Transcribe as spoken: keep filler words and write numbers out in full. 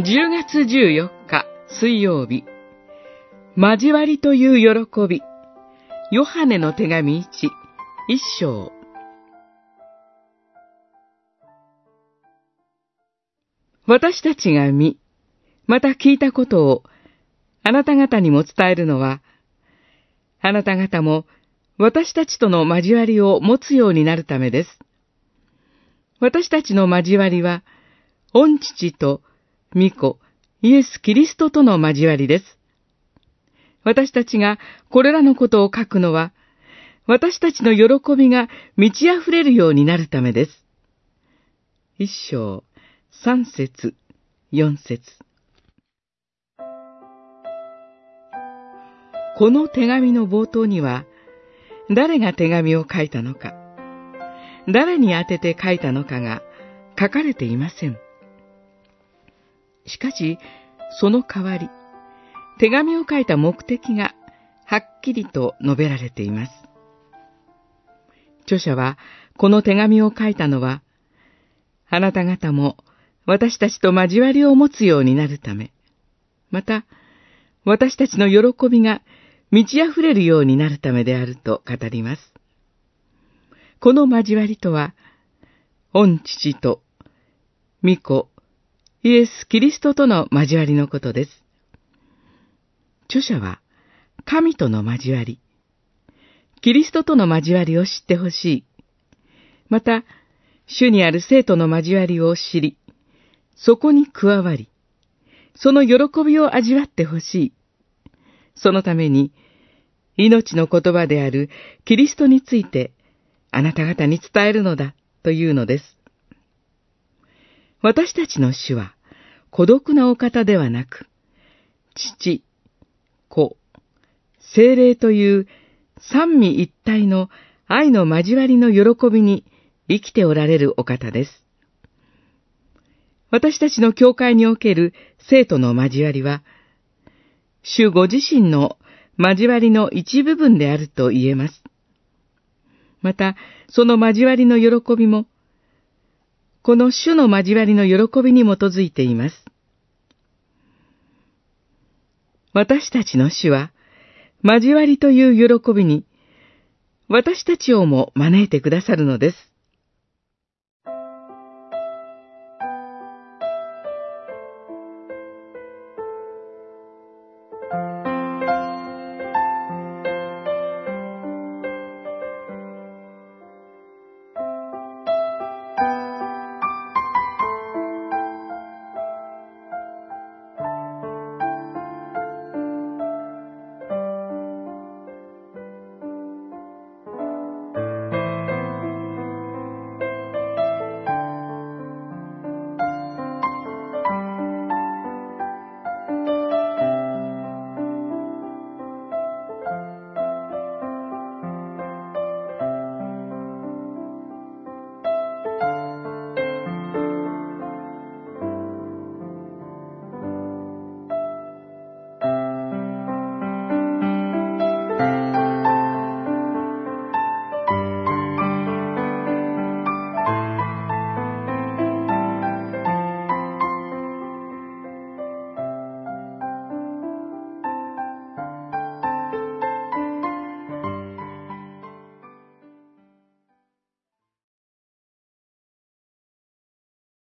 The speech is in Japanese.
じゅうがつじゅうよっか水曜日、交わりという喜び。ヨハネの手紙いち、一章。私たちが見、また聞いたことをあなた方にも伝えるのは、あなた方も私たちとの交わりを持つようになるためです。私たちの交わりは、御父と御子、イエス・キリストとの交わりです。私たちがこれらのことを書くのは、私たちの喜びが満ち溢れるようになるためです。一章、三節、四節。この手紙の冒頭には、誰が手紙を書いたのか、誰に宛てて書いたのかが書かれていません。しかし、その代わり、手紙を書いた目的がはっきりと述べられています。著者は、この手紙を書いたのは、あなた方も私たちと交わりを持つようになるため、また、私たちの喜びが満ち溢れるようになるためであると語ります。この交わりとは、御父と御子、イエス・キリストとの交わりのことです。著者は、神との交わり、キリストとの交わりを知ってほしい。また、主にある生徒の交わりを知り、そこに加わり、その喜びを味わってほしい。そのために、命の言葉であるキリストについて、あなた方に伝えるのだ、というのです。私たちの主は、孤独なお方ではなく、父、子、聖霊という三位一体の愛の交わりの喜びに生きておられるお方です。私たちの教会における生徒の交わりは、主ご自身の交わりの一部分であると言えます。また、その交わりの喜びも、この主の交わりの喜びに基づいています。私たちの主は、交わりという喜びに、私たちをも招いてくださるのです。